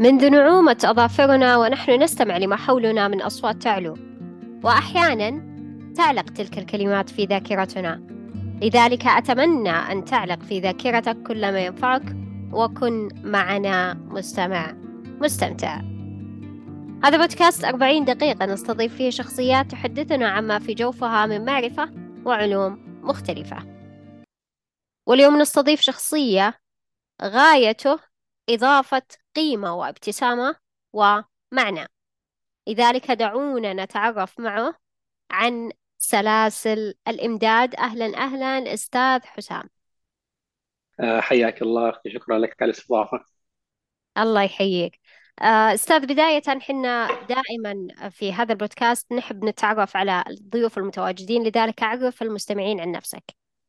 منذ نعومة أظافرنا ونحن نستمع لما حولنا من أصوات تعلو، وأحيانا تعلق تلك الكلمات في ذاكرتنا. لذلك أتمنى أن تعلق في ذاكرتك كل ما ينفعك، وكن معنا مستمتع. هذا بودكاست 40 دقيقة نستضيف فيه شخصيات تحدثنا عما في جوفها من معرفة وعلوم مختلفة. واليوم نستضيف شخصية غايته إضافة قيمة وابتسامة ومعنى. لذلك دعونا نتعرف معه عن سلاسل الإمداد. أهلا أهلا أستاذ حسام. حياك الله أختي، شكرا لك على الاستضافة. الله يحييك. أستاذ، بداية حنا دائما في هذا البودكاست نحب نتعرف على الضيوف المتواجدين، لذلك أعرف المستمعين عن نفسك.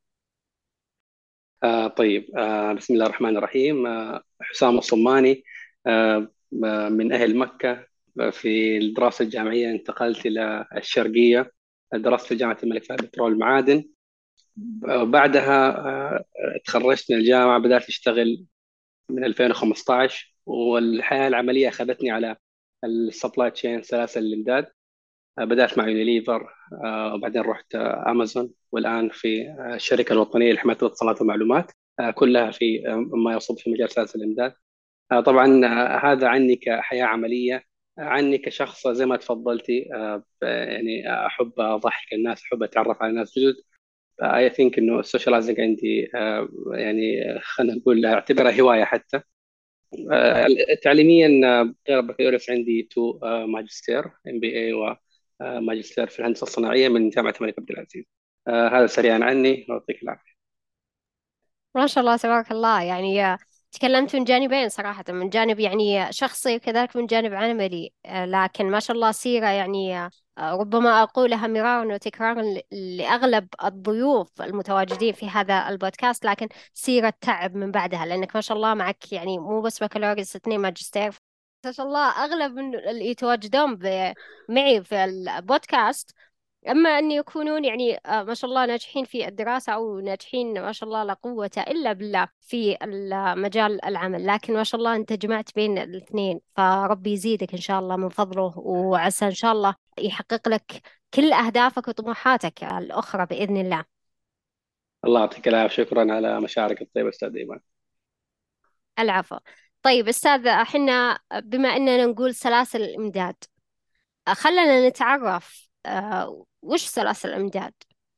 طيب، بسم الله الرحمن الرحيم. حسام الصماني. من أهل مكة. في الدراسة الجامعية انتقلت إلى الشرقية، درست في جامعة الملك فهد بترول المعادن. بعدها تخرجت من الجامعة، بدأت أشتغل من 2015، والحياة العملية أخذتني على السبلاي تشين، سلاسل الإمداد. بدأت مع يونيليفر، وبعدين رحت أمازون، والآن في الشركة الوطنية لحماية الاتصالات والمعلومات، كلها في ما يصب في مجال سلاسل الإمداد. طبعا، هذا عني كحياة عملية. عني كشخص زي ما تفضلتي، يعني أحب أضحك الناس، أحب أتعرف على ناس جدد. اي ثينك انه السوشياليزنج عندي، يعني خلينا نقول اعتبرها هوايه حتى. تعليميا، غير البكالوريوس عندي تو ماجستير ام بي اي، وماجستير في الهندسه الصناعيه من جامعه الملك عبد العزيز. هذا سريعا عني، يعطيك العافيه. ما شاء الله تبارك الله. يعني تكلمت من جانبين صراحة، من جانب يعني شخصي وكذلك من جانب عملي. لكن ما شاء الله سيرة يعني ربما أقولها مرارا وتكرارا لأغلب الضيوف المتواجدين في هذا البودكاست، لكن سيرة تعب من بعدها، لأنك ما شاء الله معك يعني مو بس بكالوريوس، 2 ماجستير. ما شاء الله أغلب من اللي يتواجدون معي في البودكاست أما أن يكونون يعني ما شاء الله ناجحين في الدراسة، أو ناجحين ما شاء الله لا قوة إلا بالله في مجال العمل، لكن ما شاء الله أنت جمعت بين الاثنين، فربي يزيدك إن شاء الله من فضله، وعسى إن شاء الله يحقق لك كل أهدافك وطموحاتك الأخرى بإذن الله. الله يعطيك العافيه، شكرا على مشاعرك الطيبه استاذ ايمان. العفو. طيب أستاذ، احنا بما أننا نقول سلاسل الإمداد، خلنا نتعرف وش سلاسل الإمداد؟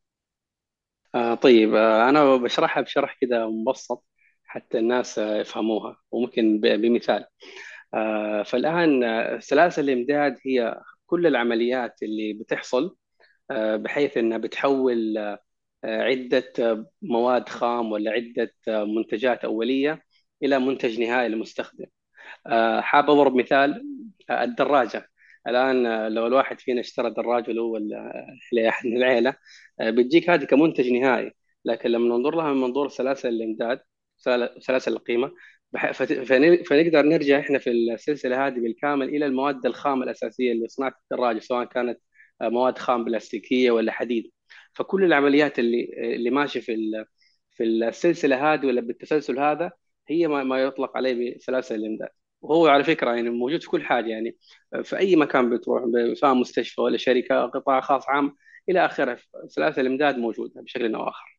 طيب، انا بشرحها بشرح كذا مبسط حتى الناس يفهموها، وممكن بمثال. فالآن، سلاسل الإمداد هي كل العمليات اللي بتحصل، بحيث أنها بتحول عدة مواد خام، ولا عدة منتجات أولية، إلى منتج نهائي للمستخدم. حاب أضرب مثال. الدراجة. الآن، لو الواحد فينا اشترى دراجة الأول من العيلة، بتجيك هذه كمنتج نهائي. لكن لما ننظر لها من منظور سلاسل الإمداد، سلاسل القيمة، فنقدر نرجع احنا في السلسلة هذه بالكامل إلى المواد الخام الأساسية اللي صناعة الدراجة، سواء كانت مواد خام بلاستيكية ولا حديد. فكل العمليات اللي ماشية في السلسلة هذه، ولا بالتسلسل هذا، هي ما يطلق عليه بسلاسل الإمداد. وهو على فكرة يعني موجود في كل حاجة، يعني في أي مكان بتروح، سواء مستشفى ولا شركة، قطاع خاص، عام، إلى آخره. سلاسل الإمداد موجودة بشكل أو آخر.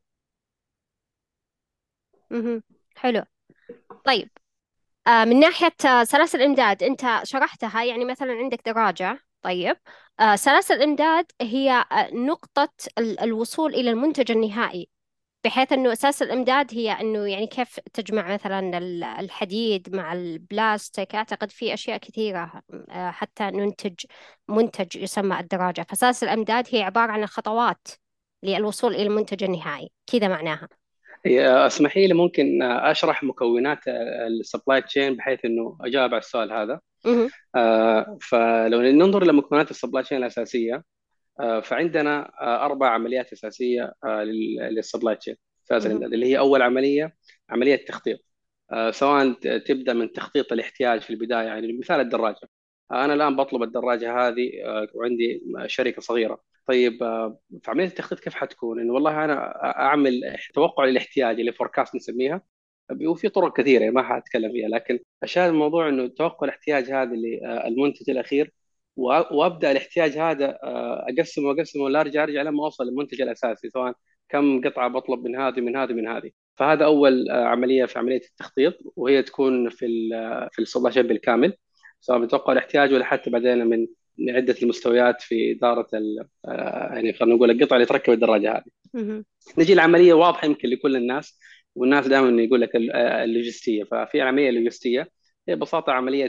مهم. حلو. طيب، من ناحية سلاسل الإمداد أنت شرحتها، يعني مثلا عندك دراجة. طيب، سلاسل الإمداد هي نقطة الوصول إلى المنتج النهائي، بحيث أنه أساس الإمداد هي أنه يعني كيف تجمع مثلا الحديد مع البلاستيك. أعتقد في أشياء كثيرة حتى ننتج منتج يسمى الدراجة. فأساس الإمداد هي عبارة عن الخطوات للوصول إلى المنتج النهائي، كذا معناها. اسمحي لي، ممكن أشرح مكونات السبلاي تشين بحيث أنه أجاوب على السؤال هذا. مهم. فلو ننظر لمكونات السبلاي تشين الأساسية، فعندنا 4 عمليات أساسية للسبلاي تشين، سلاسل مهم. الإمداد، اللي هي أول عملية، عملية تخطيط. سواء تبدأ من تخطيط الاحتياج في البداية، يعني مثال الدراجة. أنا الآن بطلب الدراجة هذه، وعندي شركة صغيرة. طيب، في عملية التخطيط كيف حتكون؟ إنه والله أنا أعمل توقع للاحتياج، اللي فوركاست نسميها. وفي طرق كثيره يعني ما حاتكلم فيها، لكن الشاهد الموضوع انه توقع الاحتياج هذا للمنتج الاخير، وابدا الاحتياج هذا اقسمه واقسمه ولا ارجع لما اوصل للمنتج الاساسي، سواء كم قطعه بطلب من هذه من هذه من هذه. فهذا اول عمليه في عمليه التخطيط، وهي تكون في السبلاي شين بالكامل، سواء بتوقع الاحتياج ولا حتى بعدين من عده المستويات في اداره يعني خلينا نقول القطعه اللي تركب الدراجه هذه. مهم. نجي العمليه واضحه يمكن لكل الناس، والناس دائما يقول لك اللوجستيه. ففي عمليه لوجستيه هي ببساطه عمليه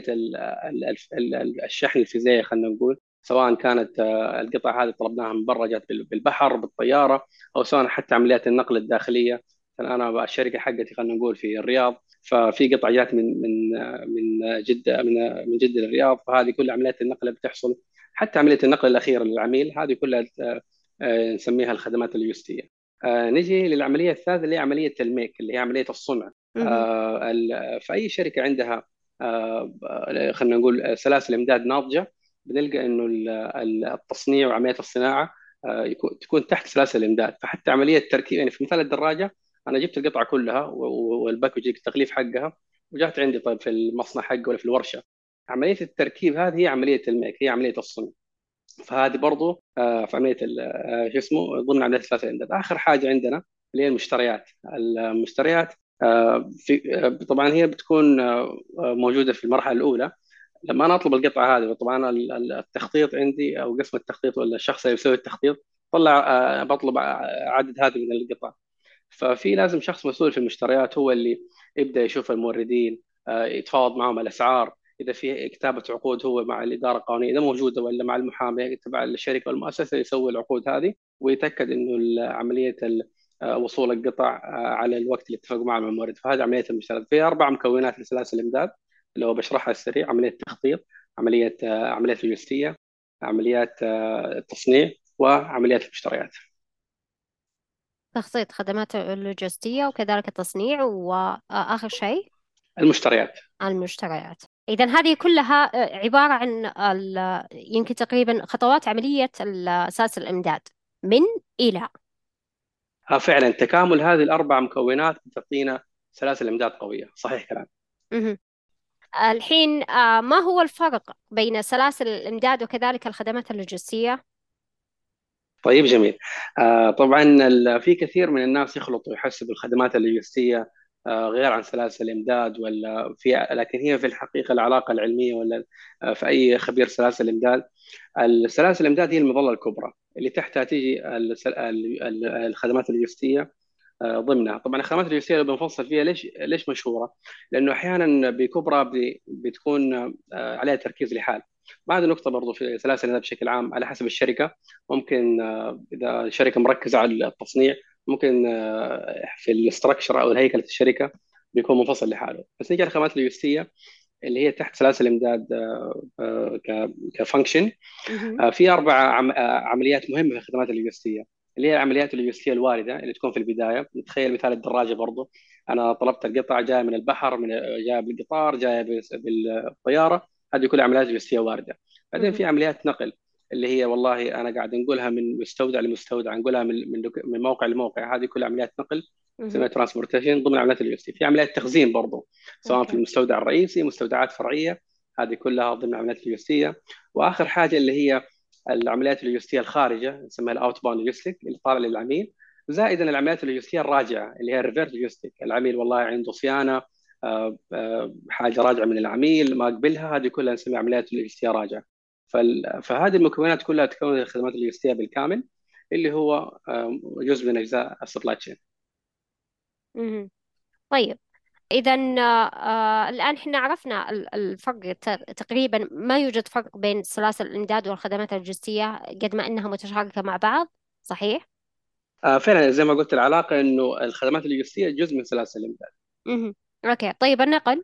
الشحن الفيزيائي، خلينا نقول، سواء كانت القطع هذه طلبناها من برا، جات بالبحر بالطياره، او سواء حتى عمليات النقل الداخليه. انا الشركه حقتي خلينا نقول في الرياض، ففي قطع جات من جده، من جده للرياض، فهذه كل عمليات النقل اللي بتحصل، حتى عمليه النقل الاخيره للعميل، هذه كلها نسميها الخدمات اللوجستيه. نجي للعمليه الثالثه اللي هي عمليه الميك، اللي هي عمليه الصنع. مهم. في اي شركه عندها خلينا نقول سلاسل امداد ناضجه، بنلقى انه التصنيع وعمليه الصناعه تكون تحت سلاسل الامداد. فحتى عمليه تركيب، يعني في مثال الدراجه، انا جبت القطعه كلها والباكج التغليف حقها، وجات عندي طيب في المصنع حقه ولا في الورشه. عمليه التركيب هذه هي عمليه الميك، هي عمليه الصنع. فهذه برضو في عمليه شو اسمه ضمن عمليه ثلاثه الامداد. اخر حاجه عندنا اللي هي المشتريات. المشتريات في طبعا هي بتكون موجوده في المرحله الاولى لما انا اطلب القطعه هذه. وطبعا التخطيط عندي او قسم التخطيط ولا الشخص اللي يسوي التخطيط طلع بطلب عدد هذه من القطع. ففي لازم شخص مسؤول في المشتريات هو اللي يبدا يشوف الموردين، يتفاوض معهم الاسعار، اذا في كتابه عقود هو مع الاداره القانونيه اذا موجوده، ولا مع المحامي تبع الشركه والمؤسسه يسوي العقود هذه، ويتاكد انه عمليه وصول القطع على الوقت اللي اتفقوا معه مع المورد. فهذه عمليه المشتريات. في اربع مكونات لسلاسل الامداد اللي هو بشرحها السريع: عمليه التخطيط، عمليه اللوجستيه، عمليات التصنيع، وعمليات المشتريات. تخطيط، خدمات اللوجستية، وكذلك التصنيع، وآخر شيء المشتريات. المشتريات. إذا هذه كلها عبارة عن يمكن تقريبا خطوات عملية أساس الإمداد من إلى. فعلا تكامل هذه الاربع مكونات تعطينا سلاسل امداد قويه. صحيح كلام. مهم. الحين ما هو الفرق بين سلاسل الإمداد وكذلك الخدمات اللوجستية؟ طيب جميل. طبعا في كثير من الناس يخلطوا يحسب الخدمات اللوجستيه غير عن سلاسل الامداد، ولا لكن هي في الحقيقه العلاقه العلميه ولا في اي خبير سلاسل امداد، السلاسل الامداد هي المظله الكبرى اللي تحتها تيجي الخدمات اللوجستيه ضمنها. طبعا الخدمات اللوجستيه اللي بنفصل فيها ليش مشهوره؟ لانه احيانا بكبرى بتكون عليها تركيز لحال. ما هذه نقطه برضو في سلاسل الامداد بشكل عام على حسب الشركه. ممكن اذا الشركه مركزه على التصنيع، ممكن في الاستراكشر او هيكله الشركه بيكون منفصل لحاله. بس نيجي على الخدمات اللوجستيه اللي هي تحت سلاسل الامداد كفانكشن. مهم. في اربع عمليات مهمه في الخدمات اللوجستيه، اللي هي العمليات اللوجستيه الوارده اللي تكون في البدايه. نتخيل مثال الدراجه برضو، انا طلبت القطع جايه من البحر، جايه بالقطار، جايه بالطياره، هذه كلها عمليات لوجستيه وارده. بعدين مهم. في عمليات نقل، اللي هي والله انا قاعد نقولها من مستودع لمستودع، نقولها من موقع لموقع، هذه كلها عمليات نقل مهم. اسمها ترانسبورتيشن ضمن عمليات اللوجستيه. في عمليات تخزين برضو، سواء في أوكي. المستودع الرئيسي، مستودعات فرعيه، هذه كلها ضمن عمليات اللوجستيه. واخر حاجه اللي هي العمليات اللوجستيه الخارجه نسميها الاوت باوند لوجستيك اللي طالع للعميل. زائدا العمليات اللوجستيه الراجعه اللي هي الريفيرس لوجستيك، العميل والله عنده صيانه، حاجه راجعه من العميل ما قبلها، هذه كلها نسميها عمليات لوجستيه راجعه. فهذه المكونات كلها تكون الخدمات اللوجستيه بالكامل، اللي هو جزء من اجزاء السبلاي تشين. مهم. طيب، إذا الآن احنا عرفنا الفرق تقريبا. ما يوجد فرق بين سلاسل الإمداد والخدمات اللوجستية قد ما أنها متشاركة مع بعض، صحيح؟ فعلا زي ما قلت العلاقه انه الخدمات اللوجستيه جزء من سلاسل الامداد. مهم. أوكي، طيب النقل.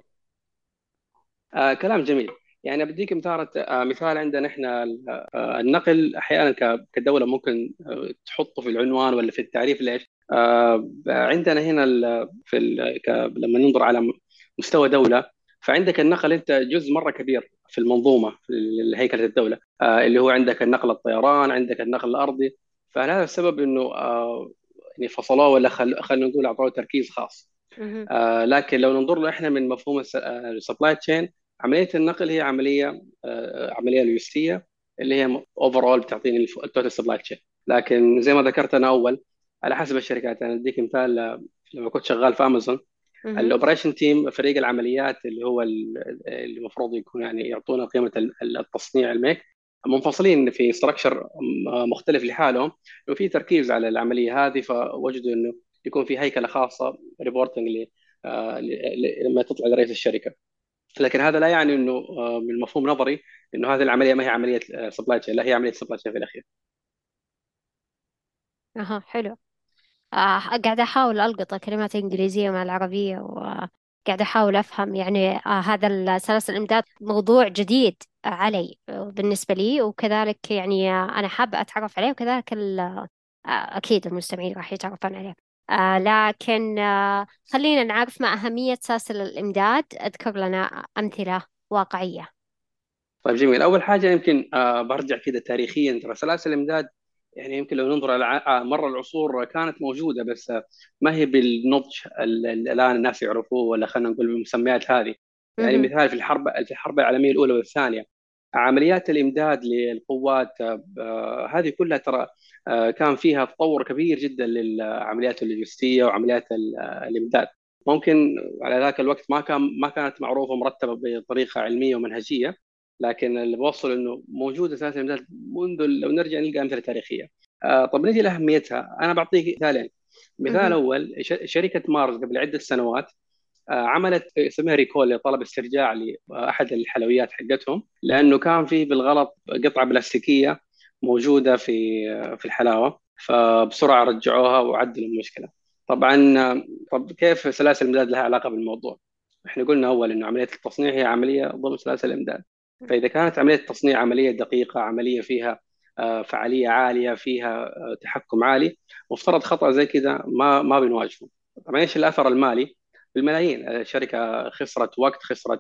كلام جميل. يعني بديك مثال عندنا احنا النقل احيانا كدوله ممكن تحطه في العنوان ولا في التعريف. ليش؟ عندنا هنا لما ننظر على مستوى دوله، فعندك النقل انت جزء مره كبير في المنظومه في هيكله الدوله، اللي هو عندك النقل الطيران، عندك النقل الارضي. فهذا السبب انه يعني فصلوه ولا خلينا نقول اعطوه تركيز خاص. مهم. لكن لو ننظر له احنا من مفهوم السبلاي تشين، عمليه النقل هي عمليه لوجستيه اللي هي اوفر اول بتعطيني التوتال سبلاي تشين. لكن زي ما ذكرت انا اول، على حسب الشركات. انا اديك مثال، لما كنت شغال في امازون، مهم. الاوبريشن تيم، فريق العمليات اللي هو اللي المفروض يكون يعني يعطونا قيمه التصنيع الميك، منفصلين في ستراكشر مختلف لحالهم، وفي تركيز على العمليه هذه. فوجدوا انه يكون في هيكله خاصه ريبورتنج لما تطلع لرئيس الشركه. لكن هذا لا يعني انه من مفهوم نظري انه هذه العمليه ما هي عمليه سبلاي تشين، لا هي عمليه سبلاي تشين في الاخير. أها، حلو. قاعدة أحاول ألقط الكلمات الإنجليزية مع العربية، وقاعدة أحاول أفهم يعني هذا سلاسل الإمداد موضوع جديد علي بالنسبة لي، وكذلك يعني أنا حابة أتعرف عليه، وكذلك أكيد المستمعين راح يتعرفون عليه. لكن خلينا نعرف ما أهمية سلاسل الإمداد، أذكر لنا أمثلة واقعية. طيب جميل. اول حاجه يمكن برجع كده تاريخيا. ترى سلاسل الامداد يعني يمكن لو ننظر على مر العصور كانت موجوده، بس ما هي بالنضج الان الناس يعرفوه، ولا خلينا نقول بالمسميات هذه. يعني مهم. مثال في الحرب العالميه الاولى والثانيه، عمليات الامداد للقوات هذه كلها ترى كان فيها تطور كبير جدا للعمليات اللوجستيه وعمليات الامداد. ممكن على ذاك الوقت ما كانت معروفه ومرتبه بطريقه علميه ومنهجيه، لكن اللي بوصل انه موجوده اساسا منذ لو نرجع نلقى امثله تاريخيه. طب نجي لاهميتها، انا بعطيك مثالين. مثال مهم. اول، شركه مارس قبل عده سنوات عملت يسميها ريكول، طلب استرجاع لاحد الحلويات حقتهم، لانه كان فيه بالغلط قطعه بلاستيكيه موجوده في الحلاوه، فبسرعه رجعوها وعدلوا المشكله. طبعا طب كيف سلاسل الامداد لها علاقه بالموضوع؟ احنا قلنا اول انه عمليه التصنيع هي عمليه ضمن سلاسل الامداد. فاذا كانت عمليه التصنيع عمليه دقيقه، عمليه فيها فعاليه عاليه، فيها تحكم عالي، مفترض خطا زي كذا ما بنواجهه. طبعا ايش الاثر المالي؟ بالملايين. الشركه خسرت وقت، خسرت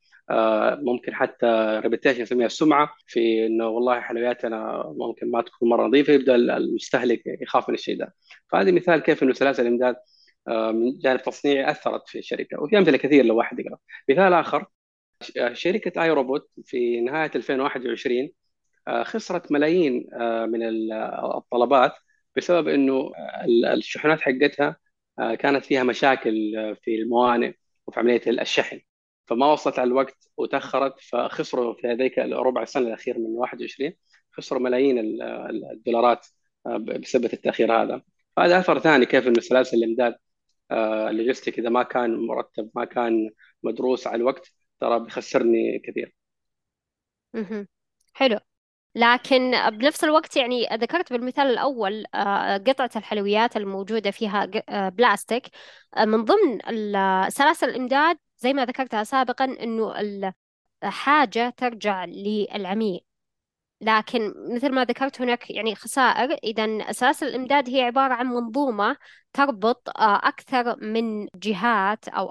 ممكن حتى ريبيتيشن، نسميها السمعه، في انه والله حلوياتنا ممكن ما تكون مره نظيفه، يبدا المستهلك يخاف من الشيء ده. فهذه مثال كيف انه سلاسل الامداد من جانب تصنيعي اثرت في الشركه، وفي امثله كثير لو واحد يقرا. مثال اخر، شركه اي روبوت في نهايه 2021 خسرت ملايين من الطلبات، بسبب انه الشحنات حقتها كانت فيها مشاكل في الموانئ وفي عمليه الشحن، فما وصلت على الوقت وتاخرت، فخسروا في هذيك ربع السنه الاخير من 21، خسروا ملايين الدولارات بسبب التاخير هذا. فهذا اثر ثاني كيف انه سلاسل الامداد اللوجستيك اذا ما كان مرتب، ما كان مدروس على الوقت، ترى بيخسرني كثير. مهم. حلو. لكن بنفس الوقت يعني ذكرت بالمثال الأول قطعة الحلويات الموجودة فيها بلاستيك. من ضمن سلاسل الإمداد زي ما ذكرتها سابقا إنه الحاجة ترجع للعميل. لكن مثل ما ذكرت هناك يعني خسائر. إذا سلاسل الإمداد هي عبارة عن منظومة تربط أكثر من جهات، أو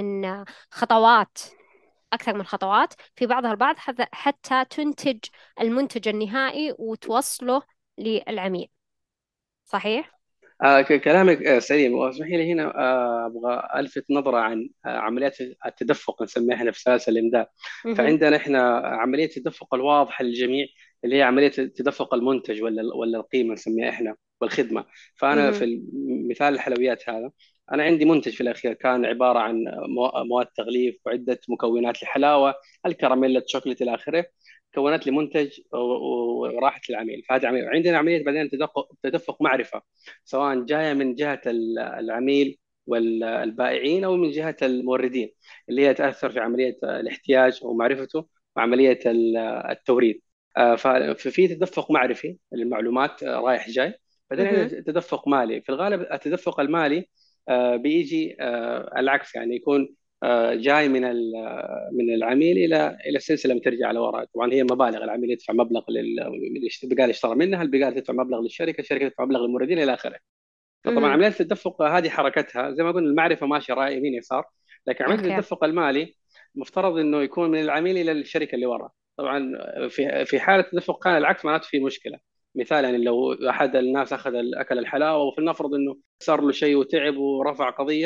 أكثر من خطوات في بعضها البعض، حتى تنتج المنتج النهائي وتوصله للعميل. صحيح؟ كلامك سليم، واسمحي لي هنا ابغى الفت نظره عن عمليات التدفق نسميها احنا في سلاسل الامداد. مهم. فعندنا احنا عمليه التدفق الواضحه للجميع، اللي هي عمليه تدفق المنتج ولا القيمه نسميها احنا، والخدمه. فانا مهم. في مثال الحلويات هذا، انا عندي منتج في الاخير كان عباره عن مواد تغليف وعده مكونات لحلاوه، الكراميل، الشوكليت الى اخره، كونت لي منتج وراحت للعميل. فهذا عندنا عمليه بعدين تدفق معرفه، سواء جايه من جهه العميل والبائعين، او من جهه الموردين، اللي هي تاثر في عمليه الاحتياج ومعرفته وعمليه التوريد. ففي تدفق معرفي للمعلومات رايح جاي. بعدين عندنا مهم. تدفق مالي. في الغالب التدفق المالي بيجي العكس، يعني يكون جاي من العميل الى السلسله بترجع لورا. طبعا هي مبالغ، العميل يدفع مبلغ للبقاله اشترى منها، البقاله تدفع مبلغ للشركه، الشركه تدفع مبلغ للموردين الى اخره. فطبعا مهم. عمليه التدفق هذه حركتها زي ما قلنا، المعرفه ماشيه راي يمين يسار. لكن عمليه أوكي. التدفق المالي مفترض انه يكون من العميل الى الشركه اللي ورا. طبعا في حاله التدفق كان العكس، معناته في مشكله. مثال يعني لو احد الناس اخذ اكل الحلاوه، وفلنفرض انه صار له شيء وتعب ورفع قضيه،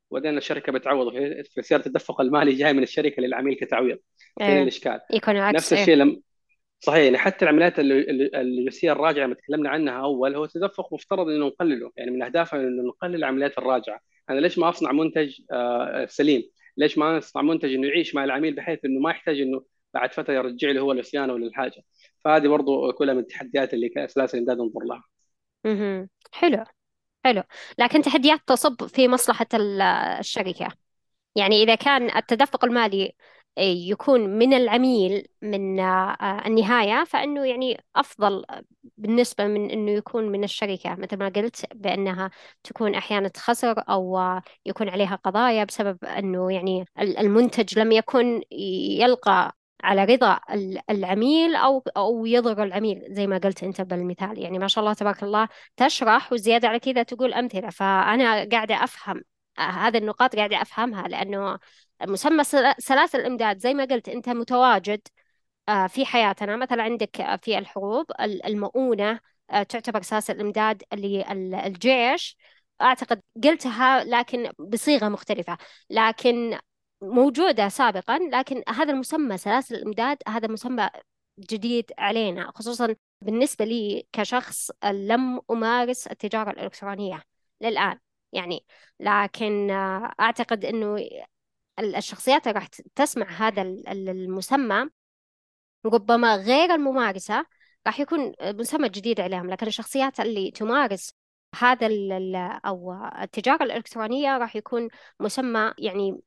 وبعدين الشركه بتعوض فيصير التدفق المالي جاي من الشركه للعميل كتعويض. فين ايه، الاشكال؟ يكون نفس العكس، ايه. الشيء لما صحيح، يعني حتى العمليات اللوجستيه الراجعه اللي تكلمنا عنها اول، هو تدفق مفترض انه نقلله، يعني من اهدافنا انه نقلل العمليات الراجعه. انا ليش ما اصنع منتج سليم؟ ليش ما اصنع منتج انه يعيش مع العميل بحيث انه ما يحتاج انه بعد فتره يرجع له هو للصيانه ولا الحاجه؟ فهذه برضو كلها من التحديات اللي سلاسل الامداد ننظر لها. حلو، حلو. لكن تحديات تصب في مصلحة الشركة. يعني إذا كان التدفق المالي يكون من العميل من النهاية، فإنه يعني أفضل بالنسبة من إنه يكون من الشركة، مثل ما قلت بأنها تكون أحيانا خسر، أو يكون عليها قضايا بسبب إنه يعني المنتج لم يكن يلقى على رضا العميل، أو يضر العميل زي ما قلت أنت بالمثال. يعني ما شاء الله تبارك الله، تشرح وزيادة على كذا تقول أمثلة، فأنا قاعدة أفهم هذه النقاط، قاعدة أفهمها، لأنه مسمى سلاسل الإمداد زي ما قلت أنت متواجد في حياتنا. مثلا عندك في الحروب المؤونة تعتبر سلاسل الإمداد، اللي الجيش، أعتقد قلتها لكن بصيغة مختلفة، لكن موجودة سابقا. لكن هذا المسمى سلاسل الإمداد هذا مسمى جديد علينا، خصوصا بالنسبة لي كشخص لم أمارس التجارة الإلكترونية للآن يعني. لكن أعتقد أنه الشخصيات اللي راح تسمع هذا المسمى، ربما غير الممارسة، راح يكون مسمى جديد عليهم. لكن الشخصيات اللي تمارس هذا أو التجارة الإلكترونية راح يكون مسمى يعني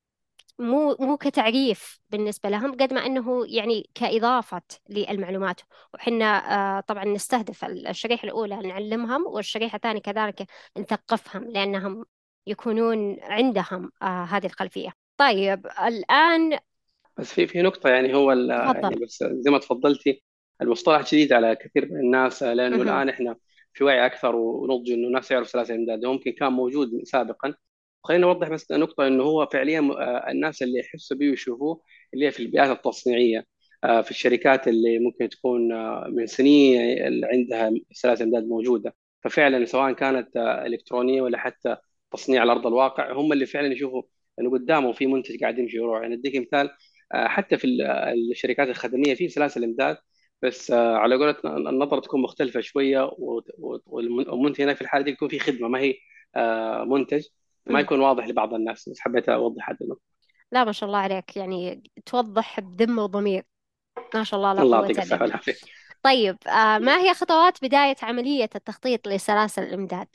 مو كتعريف بالنسبة لهم، قد ما أنه يعني كإضافة للمعلومات. وحنا طبعا نستهدف الشريحة الأولى نعلمهم، والشريحة الثانية كذلك نثقفهم، لأنهم يكونون عندهم هذه الخلفية. طيب الآن، بس في نقطة، يعني هو تفضل. يعني بس زي ما تفضلتي، المصطلح جديد على كثير من الناس، لأنه مهم. الآن إحنا في وعي أكثر ونضج إنه الناس يعرف سلاسل الإمداد، ممكن كان موجود سابقا. خلينا نوضح بس نقطة، إنه هو فعليا الناس اللي يحسوا به ويشوفوه اللي هي في البيئات التصنيعية، في الشركات اللي ممكن تكون من سنين اللي عندها سلاسل إمداد موجودة. ففعلا سواء كانت إلكترونية ولا حتى تصنيع على أرض الواقع، هم اللي فعلا يشوفوا إنه قدامهم في منتج قاعد يمشي ويروح. يعني أديك مثال، حتى في الشركات الخدميه في سلاسل امداد، بس على قولتنا النظره تكون مختلفه شويه، والمنتج هنا في الحاله دي يكون في خدمه، ما هي منتج، ما مم. يكون واضح لبعض الناس. بس حبيت اوضح هذا النقطة. لا، ما شاء الله عليك، يعني توضح بذمة وضمير. ما شاء الله لا الله قوة يعطيك إلا الصحه بالله. والعافيه. طيب ما هي خطوات بداية عملية التخطيط لسلاسل الإمداد؟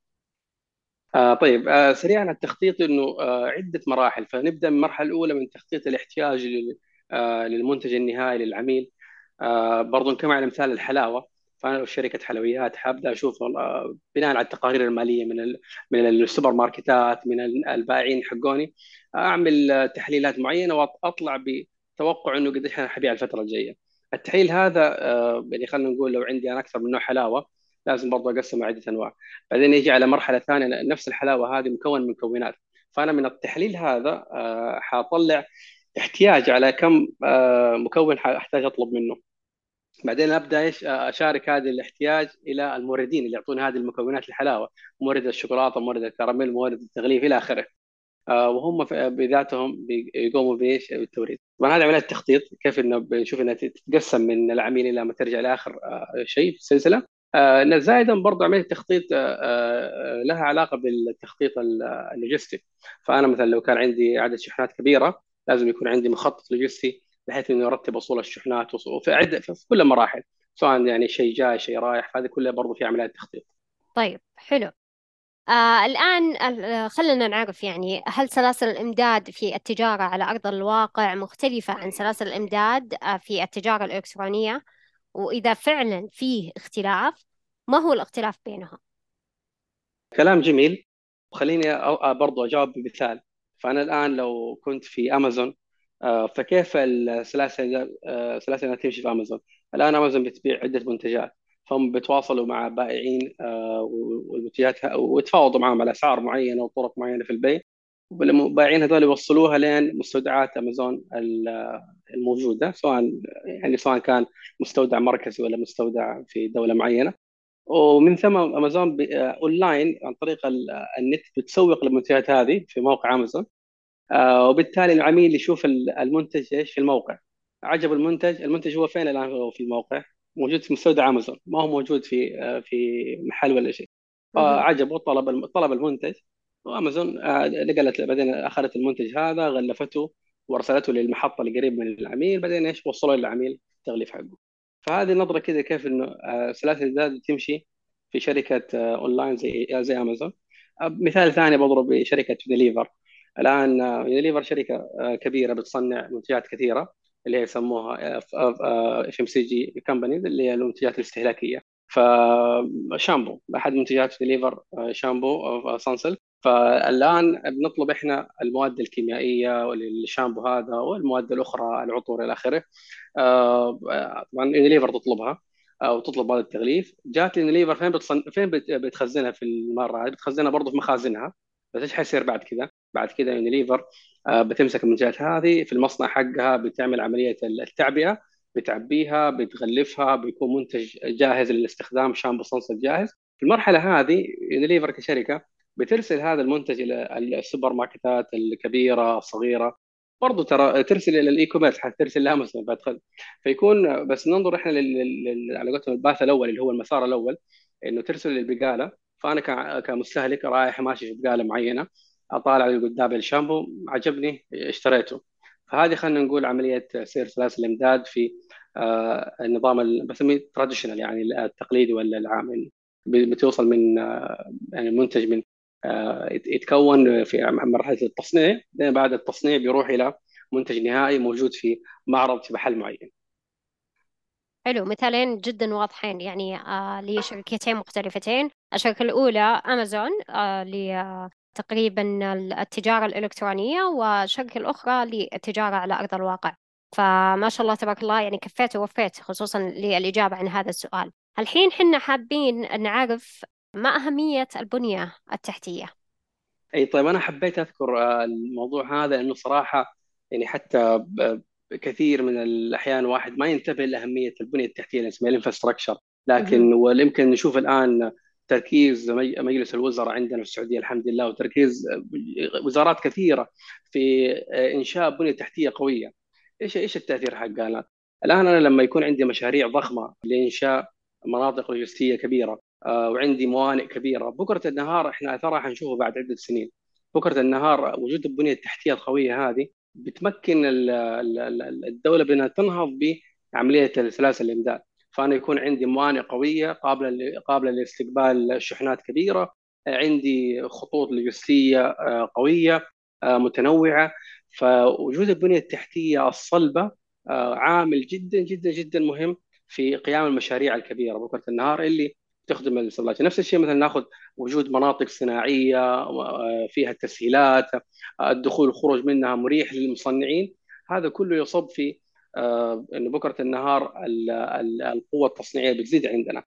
طيب، سريعا التخطيط انه عده مراحل. فنبدا من المرحله الاولى من تخطيط الاحتياج للمنتج النهائي للعميل. برضو كما على مثال الحلاوه، فانا لو شركه حلويات حابدا اشوف بناء على التقارير الماليه من السوبر ماركتات، من البائعين حقوني، اعمل تحليلات معينه واطلع بتوقع انه قديش انا حبيع الفتره الجايه. التحليل هذا يعني خلينا نقول لو عندي انا اكثر من نوع حلاوه، لازم برضو اقسمه عده انواع. بعدين يجي على مرحله ثانيه، نفس الحلاوه هذه مكون من مكونات، فانا من التحليل هذا حاطلع احتياج على كم مكون احتاج اطلب منه. بعدين ابدا اشارك هذا الاحتياج الى الموردين اللي يعطون هذه المكونات الحلاوه، مورد الشوكولاته، مورد الكراميل، مورد التغليف الى اخره. وهم بذاتهم بيقوموا بايش؟ بالتوريد. طبعا هذه عمليه تخطيط، كيف انه بنشوف انها تتقسم من العميل الى ما ترجع لاخر شيء في السلسله. زائدا برضه عمليه تخطيط لها علاقه بالتخطيط اللوجستي. فانا مثلا لو كان عندي عدد شحنات كبيره، لازم يكون عندي مخطط لوجستي بحيث انه يرتب وصول الشحنات في في كل المراحل، سواء يعني شيء جاي شيء رايح، فهذه كلها برضه في عمليات تخطيط. طيب حلو. الآن خلنا نعرف، يعني هل سلاسل الإمداد في التجارة على أرض الواقع مختلفة عن سلاسل الإمداد في التجارة الإلكترونية؟ وإذا فعلا فيه اختلاف، ما هو الاختلاف بينهم؟ كلام جميل. وخليني برضو أجاوب بمثال. فأنا الآن لو كنت في أمازون، فكيف السلاسل سلاسل تمشي في أمازون؟ الآن أمازون بتبيع عدة منتجات، فهم بيتواصلوا مع بائعين والمنتجات ويتفاوضوا معهم على أسعار معينة وطرق معينة في البيع. والبائعين هذول يوصلوها لين مستودعات أمازون الموجودة، سواء يعني سواء كان مستودع مركزي ولا مستودع في دولة معينة. ومن ثم امازون اونلاين عن طريق النت بتسوق للمنتجات هذه في موقع امازون. وبالتالي العميل يشوف المنتج ايش في الموقع، عجب المنتج. المنتج هو فين الان؟ هو في الموقع، موجود في مستودع امازون، ما هو موجود في محل ولا شيء. مهم. فعجبه، طلب المنتج، وامازون نقلت، بعدين اخذت المنتج هذا، غلفته وارسلته للمحطه القريب من العميل، بعدين ايش وصلوا للعميل التغليف حقه. فهذه نظره كده كيف انه سلاسل الامداد تمشي في شركه اونلاين زي امازون. مثال ثاني بضرب بشركه يونيليفر. الان يونيليفر شركه كبيره بتصنع منتجات كثيره، اللي هي يسموها اف ام سي جي كمباني، اللي هي المنتجات الاستهلاكيه. فشامبو احد منتجات يونيليفر شامبو سانسل. فالان بنطلب احنا المواد الكيميائيه للشامبو هذا والمواد الاخرى، العطور الى اخره. طبعا يونيليفر تطلبها او تطلب هذا التغليف. جات يونيليفر فين بتخزنها في المره هذه؟ بتخزنها برضه في مخازنها. بس ايش حيصير بعد كذا؟ بعد كذا يونيليفر بتمسك المنتجات هذه في المصنع حقها، بتعمل عمليه التعبئه، بتعبيها، بتغلفها، بيكون منتج جاهز للاستخدام، شامبو صنصة جاهز. في المرحله هذه يونيليفر كشركه بترسل هذا المنتج الى السوبر ماركتات الكبيره الصغيره، برضو ترى ترسل الى الاي كوميرس، حترسل لامازون بعد. فيكون بس ننظر احنا على قولتهم الباث الاول اللي هو المسار الاول، انه ترسل للبقاله. فانا كمستهلك رايح ماشي في بقاله معينه، اطالع اللي قدام الشامبو عجبني اشتريته. فهذه خلينا نقول عمليه سير سلاسل الامداد في النظام اللي بسميه تراديشنال، يعني التقليدي ولا العام، يعني بتوصل من يعني منتج من يتكون في مرحله التصنيع، بعدين بعد التصنيع بيروح الى منتج نهائي موجود في معرض في محل معين. حلو، مثالين جدا واضحين يعني لشركتين مختلفتين. الشركة الأولى أمازون تقريبا التجارة الإلكترونية، والشركة الأخرى للتجارة على أرض الواقع. فما شاء الله تبارك الله، يعني كفيت ووفيت خصوصا للإجابة عن هذا السؤال. الحين حنا حابين نعرف ما أهمية البنية التحتية. اي طيب، انا حبيت اذكر الموضوع هذا لانه صراحه يعني حتى كثير من الاحيان واحد ما ينتبه لاهميه البنيه التحتيه اللي اسمها الانفراستراكشر. مهم. لكن ويمكن نشوف الان تركيز مجلس الوزراء عندنا في السعوديه الحمد لله، وتركيز وزارات كثيره في انشاء بنيه تحتيه قويه. ايش التاثير حقها الان؟ الان انا لما يكون عندي مشاريع ضخمه لانشاء مناطق لوجستيه كبيره، وعندي موانئ كبيره، بكره النهار احنا اثرها حنشوفه بعد عده سنين. بكره النهار وجود البنيه التحتيه القويه هذه بتمكن الدوله بانها تنهض بعمليه سلاسل الامداد. فانا يكون عندي موانئ قويه قابله لاستقبال شحنات كبيره، عندي خطوط لوجستيه قويه متنوعه. فوجود البنيه التحتيه الصلبه عامل جدا جدا جدا مهم في قيام المشاريع الكبيره بكره النهار اللي تخدم السبلاي. نفس الشيء مثلا ناخذ وجود مناطق صناعيه فيها تسهيلات، الدخول والخروج منها مريح للمصنعين. هذا كله يصب في انه بكره النهار القوه التصنيعيه بتزيد عندنا.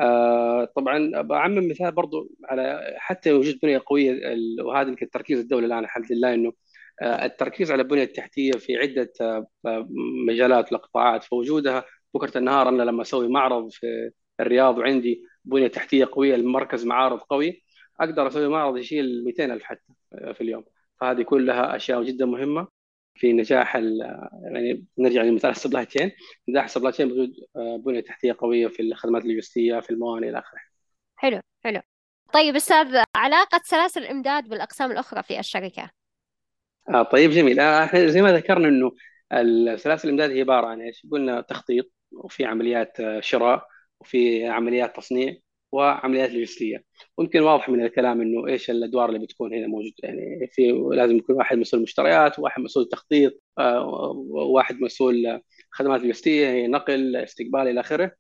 طبعا بعمم مثال برضو على حتى وجود بنيه قويه، وهذا يمكن تركيز الدوله الان الحمد لله، انه التركيز على البنيه التحتيه في عده مجالات وقطاعات. فوجودها بكره النهار، انا لما اسوي معرض في الرياض وعندي بنيه تحتيه قويه، المركز معارض قوي، اقدر اسوي معرض يشيل 200 الف حتى في اليوم. فهذه كلها اشياء جدا مهمه في نجاح يعني نرجع لمثال السبلاي تشين. نجاح السبلاي تشين بوجود بنيه تحتيه قويه في الخدمات اللوجستيه في الموانئ الى اخره. حلو حلو. طيب أستاذ، علاقة سلاسل الإمداد بالأقسام الأخرى في الشركة؟ طيب جميل. احنا زي ما ذكرنا انه السلاسل الامداد هي عباره عن ايش؟ قلنا تخطيط، وفي عمليات شراء، وفي عمليات تصنيع، وعمليات لوجستيه. ويمكن واضح من الكلام انه ايش الادوار اللي بتكون هنا موجود. يعني في لازم يكون واحد مسؤول مشتريات، وواحد مسؤول تخطيط، وواحد مسؤول خدمات لوجستيه، هي نقل، استقبال الى اخره.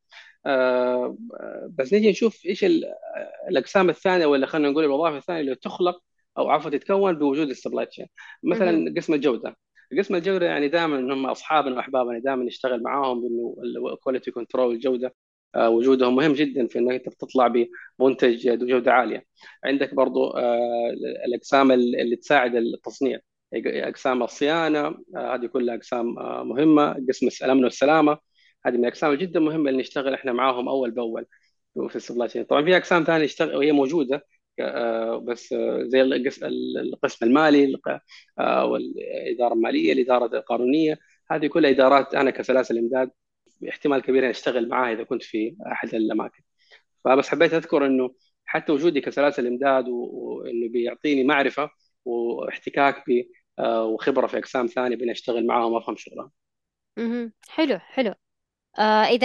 بس نيجي نشوف ايش الاقسام الثانيه، ولا خلينا نقول الوظائف الثانيه اللي تخلق او عفوا تتكون بوجود السبلاي تشين. مهم. مثلا قسم الجوده. قسم الجوده يعني دائما هم اصحابنا واحبابنا، دائما نشتغل معاهم بانه الكواليتي كنترول، الجوده وجودهم مهم جدا في انك انت تطلع بمنتج ذو جوده عاليه. عندك برضو الاقسام اللي تساعد التصنيع، اقسام الصيانه، هذه كلها اقسام مهمه. قسم الامن والسلامه، هذه من الاقسام جدا مهمه اللي نشتغل احنا معاهم اول باول. وفي السبلاي تشين طبعا في اقسام ثانيه تشتغل وهي موجوده، بس زي القسم المالي، والاداره الماليه، الاداره القانونيه. هذه كلها ادارات انا كسلاسل امداد احتمال كبير اني اشتغل معاها اذا كنت في احد الاماكن. فبس حبيت اذكر انه حتى وجودي كسلاسل امداد وانه بيعطيني معرفه واحتكاك وخبره في اقسام ثانيه بين اشتغل معاهم وافهم شغلهم. مهم. حلو حلو. إذا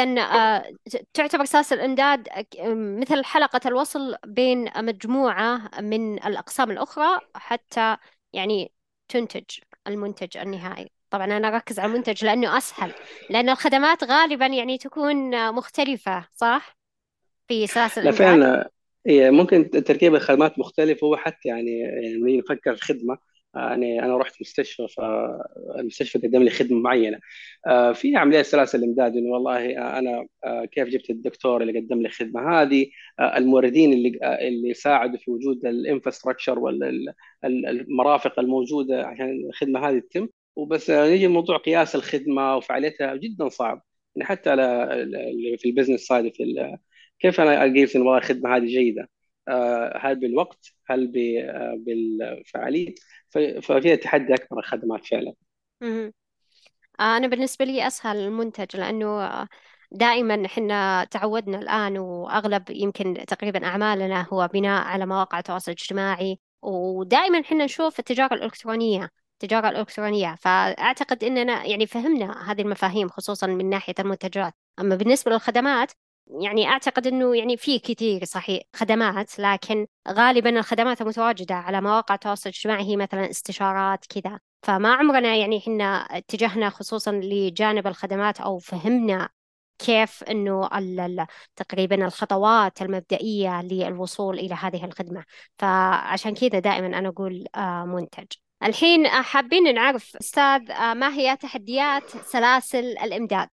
تعتبر سلاسل الإمداد مثل حلقة الوصل بين مجموعة من الأقسام الأخرى حتى يعني تنتج المنتج النهائي. طبعا أنا أركز على المنتج لأنه أسهل، لأن الخدمات غالبا يعني تكون مختلفة، صح؟ في سلاسل لا الإمداد. فعلا، هي ممكن تركيب الخدمات مختلف. هو حتى يعني لما نيجي نفكر في خدمه، يعني انا رحت مستشفى، فالمستشفى قدم لي خدمه معينه. في عمليه سلاسل الامداد، انه والله انا كيف جبت الدكتور اللي قدم لي الخدمه هذه، الموردين اللي ساعدوا في وجود الانفراستراكشر والمرافق الموجوده عشان الخدمه هذه تتم. وبس نيجي لموضوع قياس الخدمه وفعاليتها جدا صعب. يعني حتى في البزنس سايد، كيف انا اقيس ان والله الخدمه هذه جيده؟ هل بالوقت؟ هل بالفعاليه؟ ففيها تحدي اكبر الخدمات فعلا. مهم. أنا بالنسبة لي أسهل المنتج، لأنه دائما حنا تعودنا الآن، وأغلب يمكن تقريبا أعمالنا هو بناء على مواقع التواصل الاجتماعي، ودائما حنا نشوف التجارة الإلكترونية، التجارة الإلكترونية. فأعتقد أننا يعني فهمنا هذه المفاهيم خصوصا من ناحية المنتجات. أما بالنسبة للخدمات، يعني أعتقد أنه يعني في كثير صحيح خدمات، لكن غالبا الخدمات المتواجدة على مواقع التواصل الاجتماعي هي مثلا استشارات كذا. فما عمرنا يعني حنا اتجهنا خصوصا لجانب الخدمات، أو فهمنا كيف أنه تقريبا الخطوات المبدئية للوصول إلى هذه الخدمة. فعشان كذا دائما أنا أقول منتج. الحين حابين نعرف أستاذ، ما هي تحديات سلاسل الإمداد؟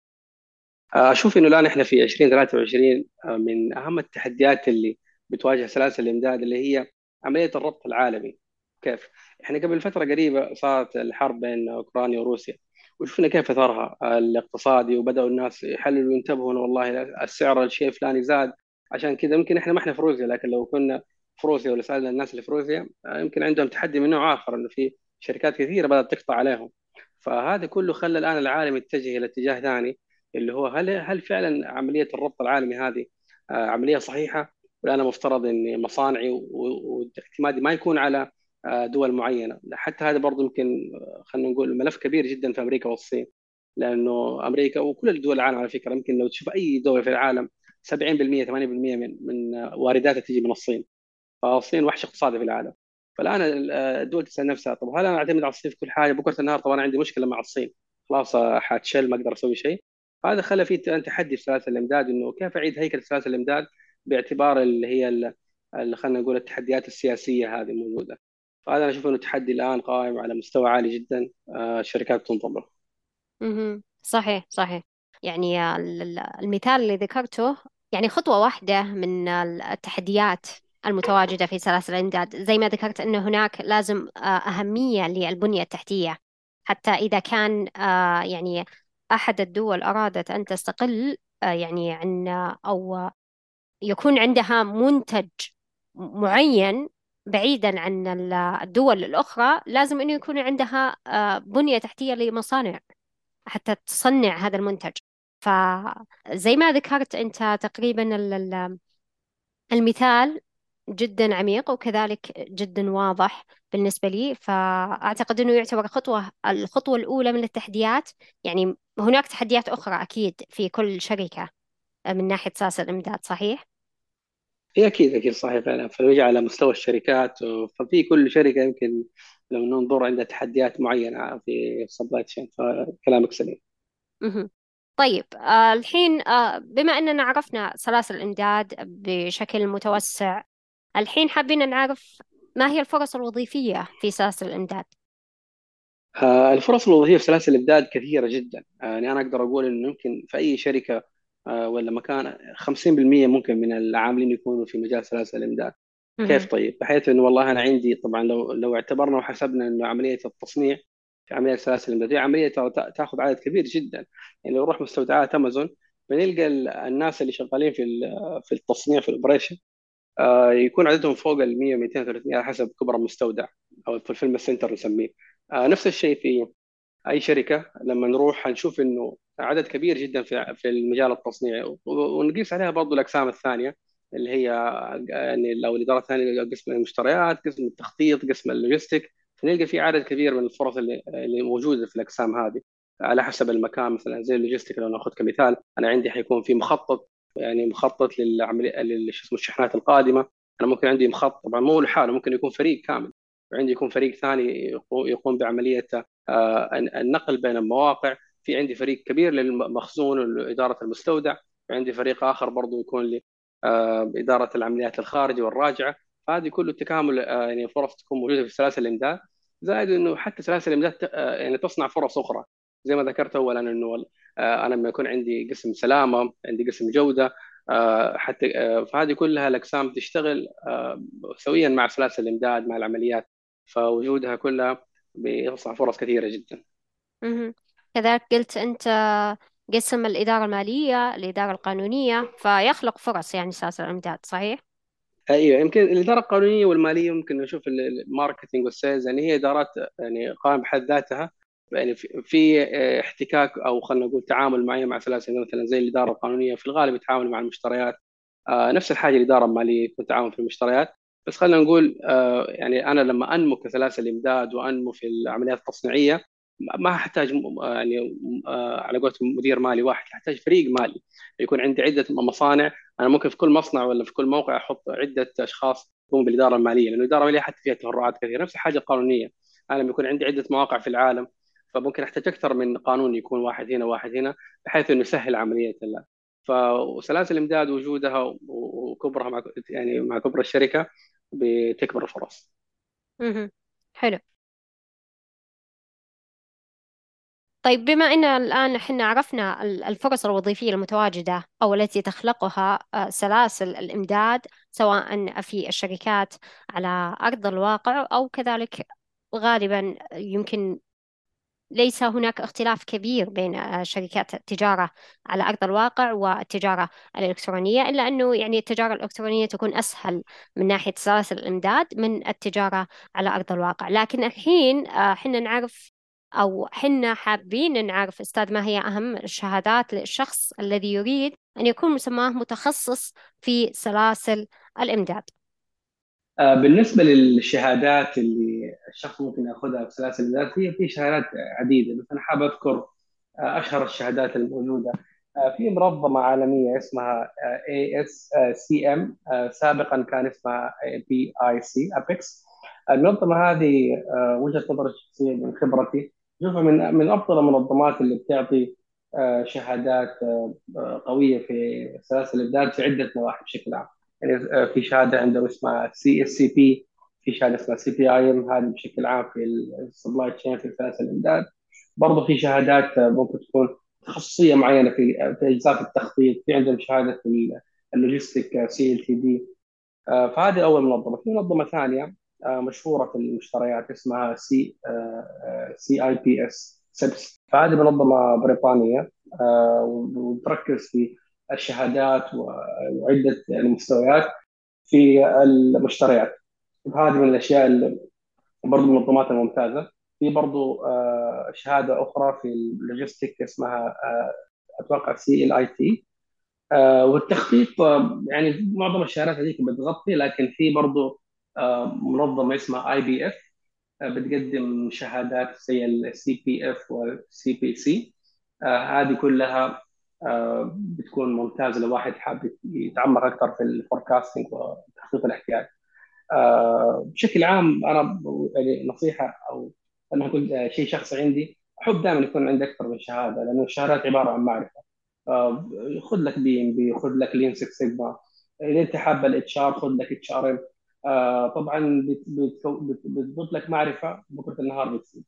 اشوف انه الان احنا في 2023، من اهم التحديات اللي بتواجه سلاسل الامداد اللي هي عمليه الربط العالمي. كيف؟ احنا قبل فتره قريبه صارت الحرب بين اوكرانيا وروسيا، وشفنا كيف اثرها الاقتصادي، وبداوا الناس يحللوا وينتبهوا انه والله السعر الشيء الفلاني زاد. عشان كذا يمكن احنا ما احنا في روسيا، لكن لو كنا في روسيا ولا سالنا الناس اللي في روسيا، يمكن عندهم تحدي من نوع اخر، انه في شركات كثيره بدات تقطع عليهم. فهذا كله خلى الان العالم يتجه الى اتجاه ثاني، اللي هو هل فعلا عمليه الربط العالمي هذه عمليه صحيحه، ولا انا مفترض ان مصانعي واعتمادي ما يكون على دول معينه؟ حتى هذا برضه يمكن خلينا نقول ملف كبير جدا في امريكا والصين. لانه امريكا وكل دول العالم على فكره، يمكن لو تشوف اي دوله في العالم 70% 80% من وارداتها تجي من الصين. فالصين وحش اقتصادي في العالم. فالان الدول تسال نفسها، طب هل انا اعتمد على الصين في كل حاجه؟ بكره النهار طبعا انا عندي مشكله مع الصين، خلاص حاتشل ما اقدر اسوي شيء. هذا خلى في تحدي في سلاسل الامداد، انه كيف اعيد هيكله سلاسل الامداد باعتبار اللي هي اللي خلينا نقول التحديات السياسيه هذه الموجوده. فهذا انا اشوف انه تحدي الان قائم على مستوى عالي جدا، الشركات تنظر له. مهم. صحيح صحيح. يعني المثال اللي ذكرته يعني خطوة واحدة من التحديات المتواجدة في سلاسل الإمداد. زي ما ذكرت أنه هناك لازم أهمية للبنية التحتية، حتى إذا كان يعني أحد الدول أرادت أن تستقل يعني عن أو يكون عندها منتج معين بعيدا عن الدول الأخرى، لازم أنه يكون عندها بنية تحتية لمصانع حتى تصنع هذا المنتج. فزي ما ذكرت أنت تقريبا المثال جدا عميق وكذلك جدا واضح بالنسبة لي. فأعتقد أنه يعتبر الخطوة الأولى من التحديات. يعني هناك تحديات أخرى أكيد في كل شركة من ناحية سلاسل الإمداد، صحيح؟ هي اكيد اكيد صحيح فعلا. فنيجي على مستوى الشركات، ففي كل شركه يمكن لو ننظر عندها تحديات معينه في السبلاي تشين، فكلامك سليم. مهم. طيب الحين بما أننا عرفنا سلاسل الإمداد بشكل متوسع، الحين حابين نعرف ما هي الفرص الوظيفية في سلاسل الإمداد. الفرص الوظيفيه في سلاسل الامداد كثيره جدا. يعني انا اقدر اقول انه يمكن في اي شركه ولا مكان 50% ممكن من العاملين يكونوا في مجال سلاسل الامداد. كيف؟ مهم. طيب بحيث انه والله انا عندي طبعا، لو اعتبرنا وحسبنا انه عمليه التصنيع في عمليه سلاسل الامداد هي عمليه ترى تاخذ عدد كبير جدا. يعني لو نروح مستودعات امازون، بنلقى الناس اللي شغالين في التصنيع في الاوبريشن يكون عددهم فوق ال 100 200 300 على حسب كبر المستودع او في الفيلم السنتر نسميه. نفس الشيء في اي شركه، لما نروح هنشوف انه عدد كبير جدا في المجال التصنيعي، ونقيس عليها برضو الاقسام الثانيه اللي هي يعني لو الاداره الثانيه قسم المشتريات، قسم التخطيط، قسم اللوجستيك. فنلقى في عدد كبير من الفرص اللي موجوده في الاقسام هذه على حسب المكان. مثلا زي اللوجستيك لو ناخذ كمثال، انا عندي حيكون في مخطط، يعني مخطط للعمليه شو اسمه الشحنات القادمه. انا ممكن عندي مخطط، طبعا مو لحاله، ممكن يكون فريق كامل، وعندي يكون فريق ثاني يقوم بعمليه النقل بين المواقع. في عندي فريق كبير للمخزون وإدارة المستودع، وعندي فريق آخر برضو يكون لإدارة العمليات الخارجة والراجعة. هذه كله التكامل يعني فرص تكون موجودة في سلاسل الإمداد. زائد أنه حتى سلاسل الإمداد يعني تصنع فرص أخرى، زي ما ذكرت أولا أنه أنا لما يكون عندي قسم سلامة، عندي قسم جودة، حتى فهذه كلها الأقسام تشتغل سويا مع سلاسل الإمداد مع العمليات. فوجودها كلها بيصنع فرص كثيرة جدا. مهم. كذلك قلت أنت قسم الإدارة المالية، الإدارة القانونية، فيخلق فرص يعني سلاسل الإمداد، صحيح؟ ايوه، يمكن الاداره القانونيه والماليه ممكن نشوف الماركتينج والسيلز، يعني هي ادارات يعني قائمه بحد ذاتها. يعني في احتكاك او خلينا نقول تعامل معين مع سلاسل، مثلا زي الاداره القانونيه في الغالب يتعامل مع المشتريات. نفس الحاجه الاداره الماليه يكون تعاون في المشتريات. بس خلينا نقول يعني انا لما انمو كسلاسل امداد وانمو في العمليات التصنيعيه، ما احتاج يعني على قولة مدير مالي واحد، احتاج فريق مالي يكون عندي عده مصانع. انا ممكن في كل مصنع ولا في كل موقع احط عده اشخاص يقوموا بالاداره الماليه، لانه الاداره الماليه حتى فيها تفرعات كثيره. نفس الحاجه القانونيه، انا لما يكون عندي عده مواقع في العالم، فممكن احتاج اكثر من قانون، يكون واحد هنا واحد هنا، بحيث انه يسهل عمليه. فسلاسل الامداد وجودها وكبرها مع يعني مع كبر الشركه بتكبر الفرص. مهم. حلو. طيب بما أن الآن احنا عرفنا الفرص الوظيفية المتواجدة أو التي تخلقها سلاسل الإمداد، سواء في الشركات على أرض الواقع أو كذلك غالبا يمكن ليس هناك اختلاف كبير بين شركات التجارة على أرض الواقع والتجارة الإلكترونية، إلا أنه يعني التجارة الإلكترونية تكون أسهل من ناحية سلاسل الإمداد من التجارة على أرض الواقع. لكن الحين حنا نعرف أو حنا حابين نعرف أستاذ، ما هي أهم الشهادات للشخص الذي يريد أن يكون مسماه متخصص في سلاسل الإمداد؟ بالنسبة للشهادات اللي الشخص ممكن ياخذها في سلاسل الذات، هي في شهادات عديدة، بس أنا حابب أذكر أشهر الشهادات الموجودة. في منظمة عالمية اسمها ASCM، سابقا كان اسمها BIC أبيكس. المنظمة هذه وجهة نظري الشخصية من خبرتي، أشوفها من أفضل المنظمات اللي بتعطي شهادات قوية في سلاسل الإمداد في عدة نواحي بشكل عام. يعني في شهاده عندهم اسمها CSCP، في شهاده اسمها CPIM، هذه بشكل عام في السبلاي تشين في سلاسل الامداد. برضه في شهادات ممكن تكون تخصصيه معينه في اجزاء التخطيط. في عندهم شهاده اللوجيستيك CLTD. فهذه اول منظمه. في منظمه ثانيه مشهوره في المشتريات اسمها CIPS سبس. فهذه منظمه بريطانيه وتركز في الشهادات وعده المستويات في المشتريات. هذه من الاشياء اللي برضو من المنظمات الممتازه. في برضو شهاده اخرى في اللوجيستيك اسمها اتوقع CLIT. والتخطيط يعني معظم الشهادات هذيك بتغطي، لكن في برضو منظمه اسمها IBF بتقدم شهادات زي CPF والCPC. هذه كلها بتكون ممتازه لو واحد حاب يتعمق اكثر في الفوركاستنج وتخطيط الاحتياج. بشكل عام انا يعني نصيحه او انا اقول شيء شخصي عندي، احب دائما يكون عندي اكثر من شهاده، لانه الشهادات عباره عن معرفه. خذ لك BMB، خذ لك لين 6 سيجما، اذا انت حاب HR خذ لك HRM. طبعا بتضيف لك معرفه بكره النهار بتصير.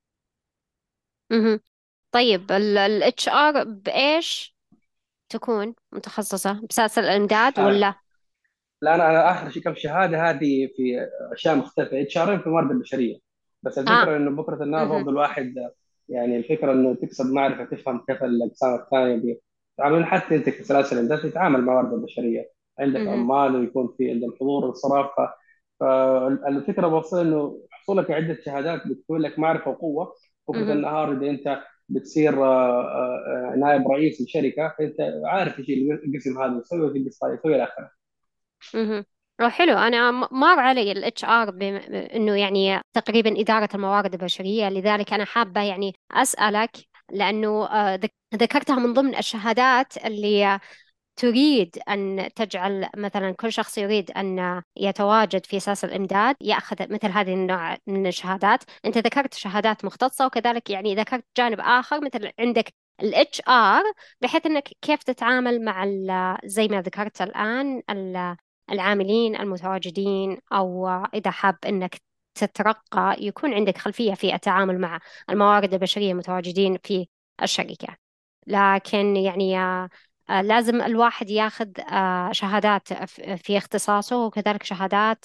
مهم. طيب ال HR بإيش تكون متخصصة؟ بسلاسل الإمداد آه، ولا؟ لا، انا اخر شيء كم شهاده هذه في اشياء مختلفه. HR في الموارد البشريه. بس آه. الفكره انه بكره النهار مهم. برضه الواحد يعني الفكره انه تكسب معرفه، تفهم كيف الاقسام الثانيه دي. تعاملون حتى انت كسلاسل الامداد تتعامل مع الموارد البشريه، عندك مهم. عمال ويكون في عندهم حضور وانصراف. فالفكره بوصل انه حصولك عده شهادات بتكون لك معرفه وقوه. بكره مهم. النهار اذا انت بتصير نائب رئيس لشركه، فانت عارف ايش القسم هذا يسوي، وفي القسم هذا يسوي الى اخره. مهم. حلو. انا مر علي الاتش ار انه يعني تقريبا اداره الموارد البشريه، لذلك انا حابه يعني اسالك، لانه ذكرتها من ضمن الشهادات اللي تريد أن تجعل مثلا كل شخص يريد أن يتواجد في أساس الإمداد يأخذ مثل هذه النوع من الشهادات. أنت ذكرت شهادات مختصة، وكذلك يعني ذكرت جانب آخر مثل عندك ال HR، بحيث أنك كيف تتعامل مع زي ما ذكرت الآن العاملين المتواجدين، أو إذا حاب أنك تترقى يكون عندك خلفية في التعامل مع الموارد البشرية المتواجدين في الشركة. لكن يعني لازم الواحد ياخذ شهادات في اختصاصه، وكذلك شهادات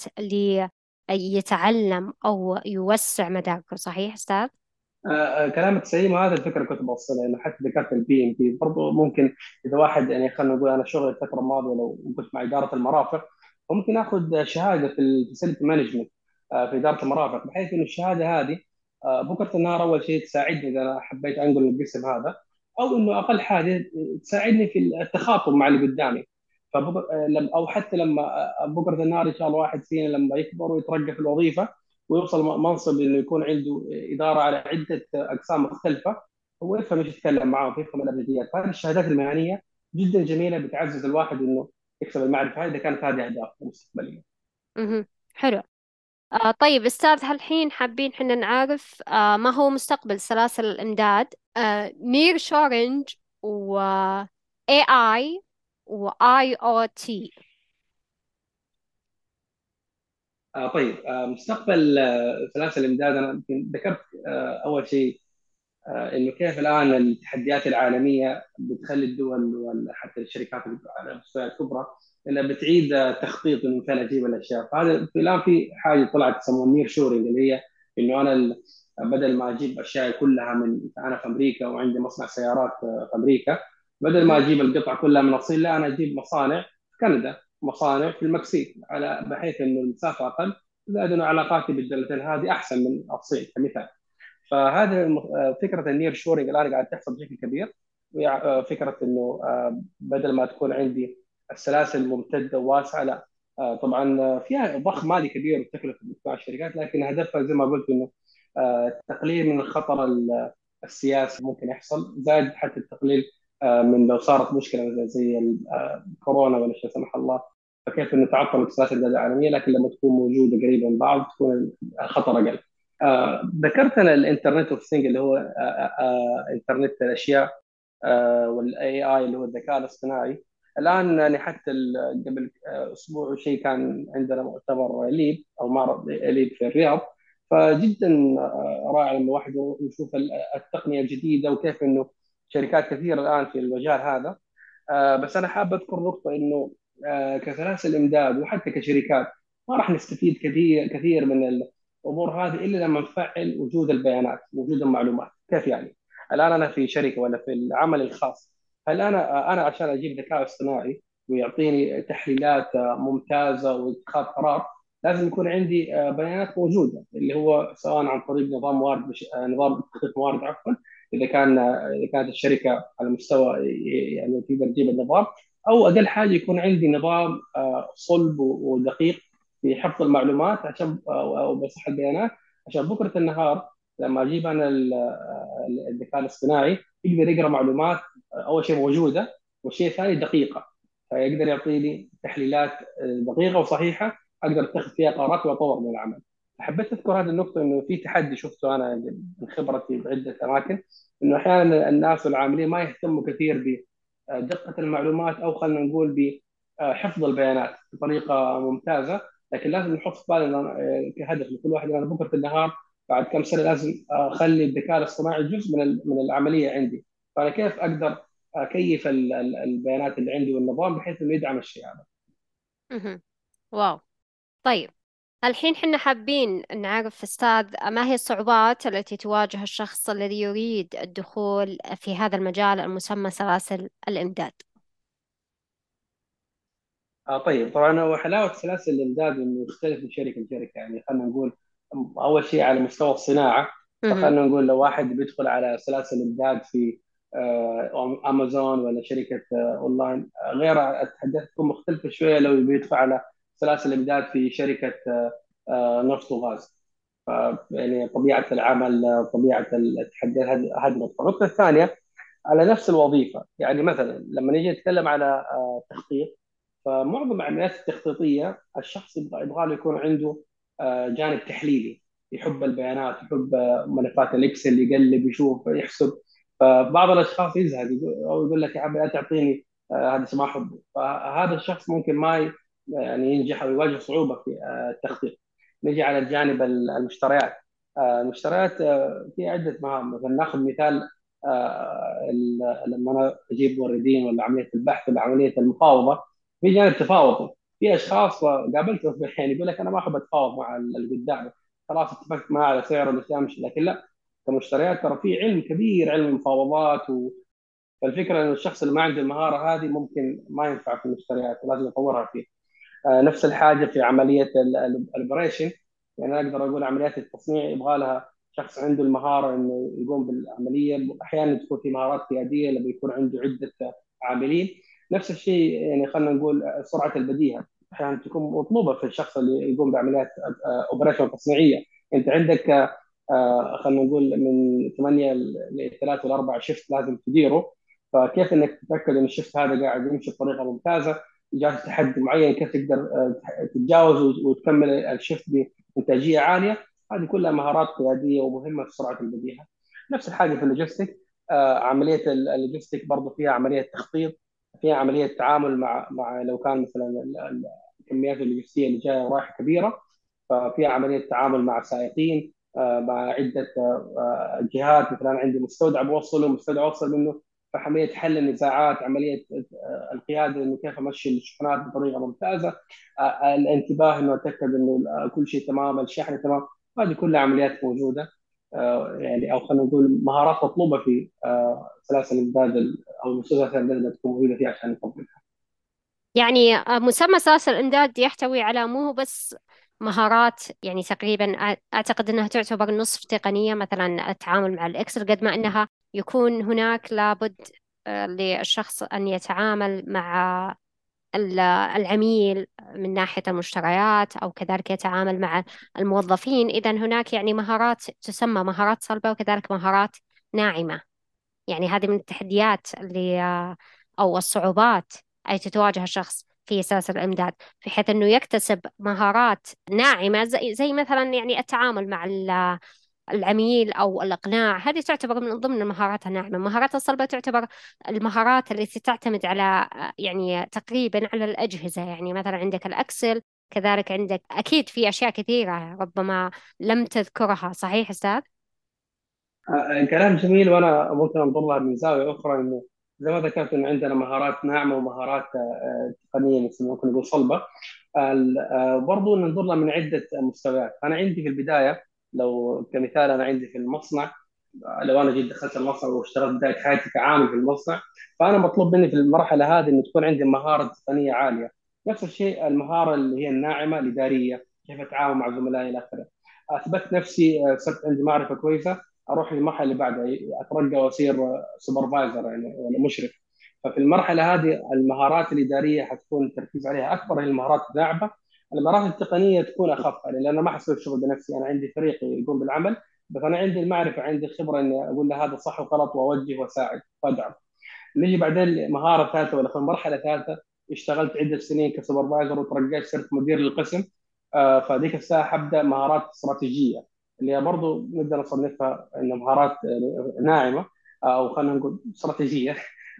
ليتعلم أو يوسع مداركه. صحيح أستاذ؟ كلامك سليم، وهذا الفكره كنت بوصلها، انه حتى ذكرت الPMP برضه ممكن. اذا واحد يعني خلينا نقول انا شغل الفتره الماضيه لو كنت مع اداره المرافق، فممكن اخذ شهاده في الفاسيلتي مانجمنت في اداره المرافق، بحيث انه الشهاده هذه بكره النهار اول شيء تساعدني اذا انا حبيت انقل القسم هذا، او انه اقل حاجه تساعدني في التخاطب مع اللي قدامي. او حتى لما بكره النهار ان شاء الله واحد فينا لما يكبر ويترقى في الوظيفه ويوصل منصب انه يكون عنده اداره على عده اقسام مختلفه، هو يفهم ايش يتكلم معاه ويفهم الابجديات. فهذه الشهادات المهنيه جدا جميله، بتعزز الواحد انه يكسب المعرفه هذه اذا كانت هذه اهدافه المستقبليه. مهم. حلو. طيب أستاذ، هل الحين حابين حنا نعرف ما هو مستقبل سلاسل الإمداد؟ نير شورنج، و AI، و IoT. طيب، مستقبل سلاسل الامداد، انا يمكن ذكرت اول شيء انه كيف الان التحديات العالميه بتخلي الدول وحتى الشركات على المستوى الكبرى انها بتعيد تخطيط انه فين اجيب الاشياء. فهذا الان في حاجه طلعت تسموها نير شورنج، اللي هي انه انا بدل ما اجيب اشياء كلها انا في امريكا وعندي مصنع سيارات في امريكا، بدل ما مهم. اجيب القطع كلها من الصين، لا انا اجيب مصانع في كندا، مصانع في المكسيك، على بحيث انه المسافه اقل، زائد انه علاقاتي بالدولتين هذه احسن من الصين كمثال. فهذه فكره النير شورنج الان قاعد تحصل بشكل كبير. فكره انه بدل ما تكون عندي السلاسل ممتده وواسعه، لا طبعا فيها ضخ مالي كبير وتكلفه مع الشركات، لكن هدفها زي ما قلت انه تقليل من الخطر السياسي ممكن يحصل، زائد حتى التقليل من لو صارت مشكله زي الكورونا ولا شيء لا سمح الله، فكيف انه تعطل اتصالات الدولة العالميه، لكن لما تكون موجوده قريبه من بعض تكون الخطر اقل. ذكرت انا الانترنت اوف ثينج اللي هو انترنت الاشياء، والاي اي اللي هو الذكاء الاصطناعي. الان يعني حتى قبل اسبوع وشيء كان عندنا مؤتمر ليب او معرض ليب في الرياض، فجدا رائع لما الواحد يشوف التقنيه الجديده وكيف انه شركات كثيره الان في المجال هذا. بس انا حابب اذكر نقطه انه كسلاسل امداد وحتى كشركات ما راح نستفيد كثير كثير من الامور هذه الا لما نفعل وجود البيانات، وجود المعلومات. كيف يعني؟ الان انا في شركه ولا في العمل الخاص، هل انا عشان اجيب ذكاء اصطناعي ويعطيني تحليلات ممتازه واتخاذ قرار، لازم يكون عندي بيانات موجوده، اللي هو سواء عن طريق نظام موارد نظام تخطيط موارد عفوا، اذا كانت الشركه على مستوى يعني تقدر تجيب النظام، او اقل حاجه يكون عندي نظام صلب ودقيق في حفظ المعلومات عشان او بصح البيانات، عشان بكره النهار لما اجيب انا الذكاء الاصطناعي يقدر يقرا معلومات اول شيء موجوده، والشيء الثاني دقيقه، فيقدر يعطيني تحليلات دقيقه وصحيحه اقدر اتخذ فيها قرارات واطور من العمل. حبيت اذكر هذه النقطه انه في تحدي شفته انا من خبرتي بعده اماكن، انه احيانا الناس والعاملين ما يهتموا كثير بدقه المعلومات، او خلينا نقول بحفظ البيانات بطريقه ممتازه. لكن لازم نحط في بالنا كهدف لكل واحد، انا بكره النهار بعد كم سنه لازم اخلي الذكاء الاصطناعي جزء من العمليه عندي، فانا كيف اقدر اكيف البيانات اللي عندي والنظام بحيث انه يدعم الشيء هذا. مهم. واو. طيب. الحين حنا حابين نعرف أستاذ، ما هي الصعوبات التي تواجه الشخص الذي يريد الدخول في هذا المجال المسمى سلاسل الإمداد؟ طيب، طبعا هو حلاوه سلاسل الامداد انه يختلف من شركه لشركه. يعني خلينا نقول اول شيء على مستوى الصناعه. مهم. فخلينا نقول لو واحد بيدخل على سلاسل امداد في امازون ولا شركه اونلاين، غير اتحدث تكون مختلفه شويه لو بيدخل على سلاسل امداد في شركه نفط وغاز. يعني طبيعه العمل، طبيعه التحديات، هذه النقطه. النقطه الثانيه على نفس الوظيفه. يعني مثلا لما نيجي نتكلم على تخطيط، فمعظم العمليات التخطيطيه الشخص يبغى له يكون عنده جانب تحليلي، يحب البيانات، يحب ملفات الاكسل، يقلب يشوف يحسب. فبعض الاشخاص يزهق او يقول لك يا عمي لا تعطيني هذا ما احبه. فهذا الشخص ممكن ما يعني ينجح او يواجه صعوبه في التخطيط. نجي على الجانب المشتريات. المشتريات في عده مهام. مثلا ناخذ مثال لما انا اجيب موردين ولا عمليه البحث ولا عمليه المفاوضه، في جانب تفاوضي. في اشخاص قابلتهم يعني يقول لك انا ما احب اتفاوض مع اللي قدامي، خلاص اتفقت معاه على سعر والاشياء مش. لكن لا، كمشتريات ترى في علم كبير، علم المفاوضات فالفكره انه الشخص اللي ما عنده المهاره هذه ممكن ما ينفع في المشتريات ولازم يطورها فيه. نفس الحاجه في عمليه الاوبريشن. يعني انا اقدر اقول عمليات التصنيع يبغى لها شخص عنده المهاره انه يقوم بالعمليه. احيانا تكون في مهارات قياديه لما يكون عنده عده عاملين. نفس الشيء يعني خلينا نقول سرعه البديهه احيانا تكون مطلوبه في الشخص اللي يقوم بعمليات اوبريشن تصنيعيه. انت عندك خلينا نقول من 8 ل 3 ل 4 شيفت لازم تديره. فكيف انك تتاكد ان الشيفت هذا قاعد يمشي بطريقه ممتازه، جالس تحدي معين، كيف تقدر تتجاوز وتكمل الشيفت بانتاجيه عاليه. هذه كلها مهارات قياديه ومهمه في سرعه البديهه. نفس الحاجه في اللوجيستيك. عمليه اللوجيستيك برضه فيها عمليه تخطيط، فيها عمليه تعامل مع لو كان مثلا الكميات اللوجستيه اللي جايه ورايحه كبيره، ففيها عمليه تعامل مع سائقين، مع عده جهات. مثلا عندي مستودع بوصله، مستودع اوصل منه. فعمليه حل النزاعات، عمليه القياده انه كيف امشي الشحنات بطريقه ممتازه، الانتباه انه اتاكد انه كل شيء تمام، الشحن تمام. هذه كلها عمليات موجوده. يعني او خلينا نقول مهارات مطلوبه في سلاسل الامداد او سلاسل الامداد اللي تكون موجوده فيها عشان نطبقها. يعني مسمى سلاسل الإمداد يحتوي على مو بس مهارات، يعني تقريبا أعتقد أنها تعتبر نصف تقنية، مثلا التعامل مع الإكسل، قد ما أنها يكون هناك لابد للشخص أن يتعامل مع العميل من ناحية المشتريات، أو كذلك يتعامل مع الموظفين. إذا هناك يعني مهارات تسمى مهارات صلبة، وكذلك مهارات ناعمة. يعني هذه من التحديات اللي أو الصعوبات التي تواجه الشخص في سلاسل الإمداد، في حيث أنه يكتسب مهارات ناعمة زي مثلا يعني التعامل مع العميل أو الإقناع. هذه تعتبر من ضمن المهارات الناعمة. المهارات الصلبة تعتبر المهارات التي تعتمد على يعني تقريبا على الأجهزة. يعني مثلا عندك الأكسل، كذلك عندك أكيد في أشياء كثيرة ربما لم تذكرها. صحيح أستاذ؟ كلام جميل. وانا ممكن انظر لها من زاويه اخرى، انه زي ما ذكرت انه عندنا مهارات ناعمه ومهارات تقنيه مثل ما ممكن نقول صلبه. برضو ننظر لها من عده مستويات. انا عندي في البدايه، لو كمثال انا عندي في المصنع، لو انا جيت دخلت المصنع واشتغلت بدايه حياتي كعامل في المصنع، فانا مطلوب مني في المرحله هذه انه تكون عندي مهاره تقنيه عاليه. نفس الشيء المهاره اللي هي الناعمه الاداريه، كيف اتعامل مع زملائي الى اخره. اثبت نفسي، صرت عندي معرفه كويسه، اروح للمرحله اللي بعدها اترقى واصير سوبرفايزر يعني ولا مشرف. ففي المرحله هذه المهارات الاداريه حتكون التركيز عليها اكبر، هي المهارات الناعمه. المهارات التقنيه تكون اخف يعني، لان ما حسوي الشغل بنفسي، انا عندي فريق يقوم بالعمل، بس انا عندي المعرفه، عندي الخبره اني اقول له هذا صح وغلط واوجه واساعد وادعم. نيجي بعدين مهاره ثالثه ولا في مرحله ثالثه، اشتغلت عده سنين كسوبرفايزر وترقيت صرت مدير للقسم. فذيك الساعه حبدا مهارات استراتيجيه، اللي هي برضو نقدر نصنفها ان مهارات ناعمه، او خلينا نقول استراتيجيه.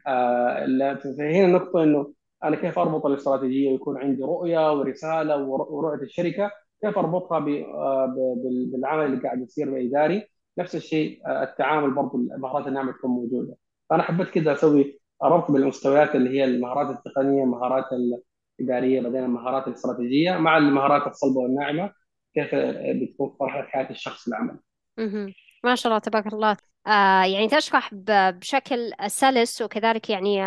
فهنا النقطه انه انا كيف اربط الاستراتيجيه ويكون عندي رؤيه ورساله ورؤيه الشركه، كيف اربطها بالعمل اللي قاعد يصير الاداري. نفس الشيء التعامل برضو المهارات الناعمه تكون موجوده. فانا حبيت كذا اسوي ربط بالمستويات اللي هي المهارات التقنيه، المهارات الاداريه، بعدين المهارات الاستراتيجيه مع المهارات الصلبه والناعمه. كيف بتكون فرحة حياة الشخص العمل. مهم. ما شاء الله تبارك الله. يعني تشرح بشكل سلس، وكذلك يعني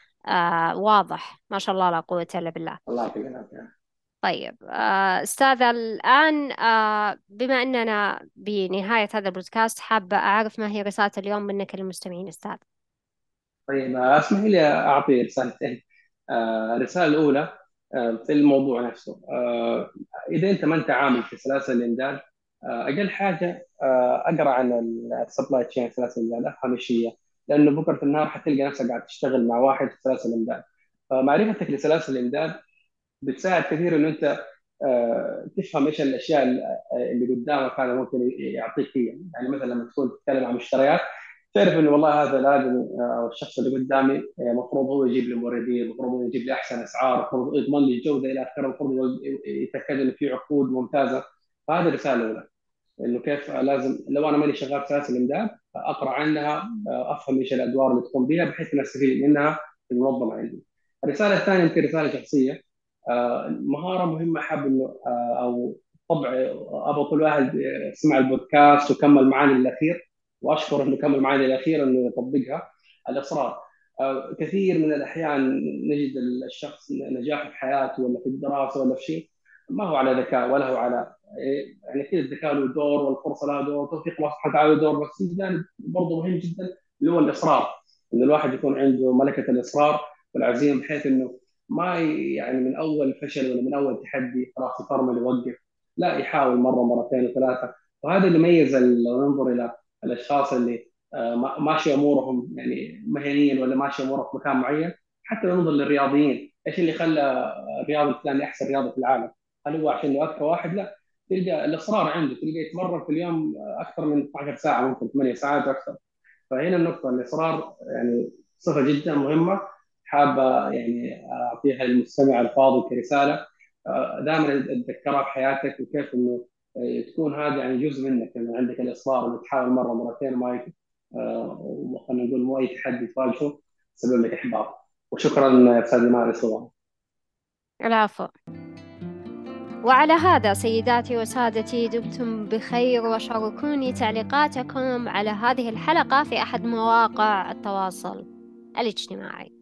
واضح، ما شاء الله لا قوة إلا بالله. الله يعطيك العافية. طيب أستاذة، الآن بما أننا بنهاية هذا البودكاست، حابة أعرف ما هي رسالة اليوم منك للمستمعين أستاذ. طيب اسمح لي أعطي رسالتين. الرسالة الأولى في الموضوع نفسه. إذا أنت ما أنت عامل في سلاسل الإمداد، أقل حاجة أقرأ عن السبلاي تشين، سلاسل الإمداد، أفهم إيش هي. لأنه بكرة في النهار حتلقى نفسك قاعد تشتغل مع واحد في سلاسل الإمداد. فمعرفتك لسلاسل الإمداد بتساعد كثير إنه أنت تفهم ايش الاشياء اللي قدامك هذا ممكن يعطيك فيها. يعني مثلا لما تكون تتكلم عن مشتريات، تعرف انه والله هذا لازم، او الشخص اللي قدامي المفروض هو يجيب لي موردين، المفروض هو يجيب لي احسن اسعار، المفروض يضمن لي الجوده الى اخره، المفروض يتاكد انه في عقود ممتازه. فهذه الرساله الاولى، انه كيف لازم لو انا ماني شغال في سلاسل الامداد اقرا عنها، افهم ايش الادوار اللي تقوم بها بحيث اني استفيد منها في المنظمه عندي. الرساله الثانيه يمكن رساله شخصيه، مهاره مهمه، حاب انه او طبع ابغى كل واحد سمع البودكاست وكمل معاني الاخير، واشكر انه كمل معاني الاخير انه يطبقها. الاصرار. كثير من الاحيان نجد الشخص نجاحه في حياته ولا في الدراسه ولا في شيء ما هو على ذكاء ولا هو على يعني كذا. الذكاء له دور والفرصه لها دور وتوفيق الله سبحانه وتعالى له دور، بس في جانب برضه مهم جدا اللي هو الاصرار. ان الواحد يكون عنده ملكه الاصرار والعزيمه، بحيث انه ما يعني من اول فشل ولا من اول تحدي خلاص يفرمل يوقف، لا يحاول مره مرتين وثلاثه. وهذا اللي يميز لو ننظر الى الاشخاص اللي ماشي امورهم يعني مهنيا ولا ماشي امورهم في مكان معين. حتى لو ننظر للرياضيين، ايش اللي خلى الرياضي الفلاني احسن رياضي في العالم؟ هل هو عشان اذكى واحد؟ لا، تلقى الاصرار عنده، تلقى يتمرن في اليوم اكثر من 12 ساعه، ممكن 8 ساعات واكثر. فهنا النقطه، الاصرار يعني صفه جدا مهمه، حابه يعني اعطيها للمستمع الفاضل كرساله دائما اتذكرها في حياتك، وكيف انه تكون هذا يعني جزء منك، انه عندك الاصرار انك تحاول مره مرتين وما خلينا نقول مو اي تحدي تواجهه يسبب لك احباط. وشكرا استاذ ايمان على السؤال. العفو. وعلى هذا سيداتي وسادتي، دمتم بخير، وشاركوني تعليقاتكم على هذه الحلقة في أحد مواقع التواصل الاجتماعي.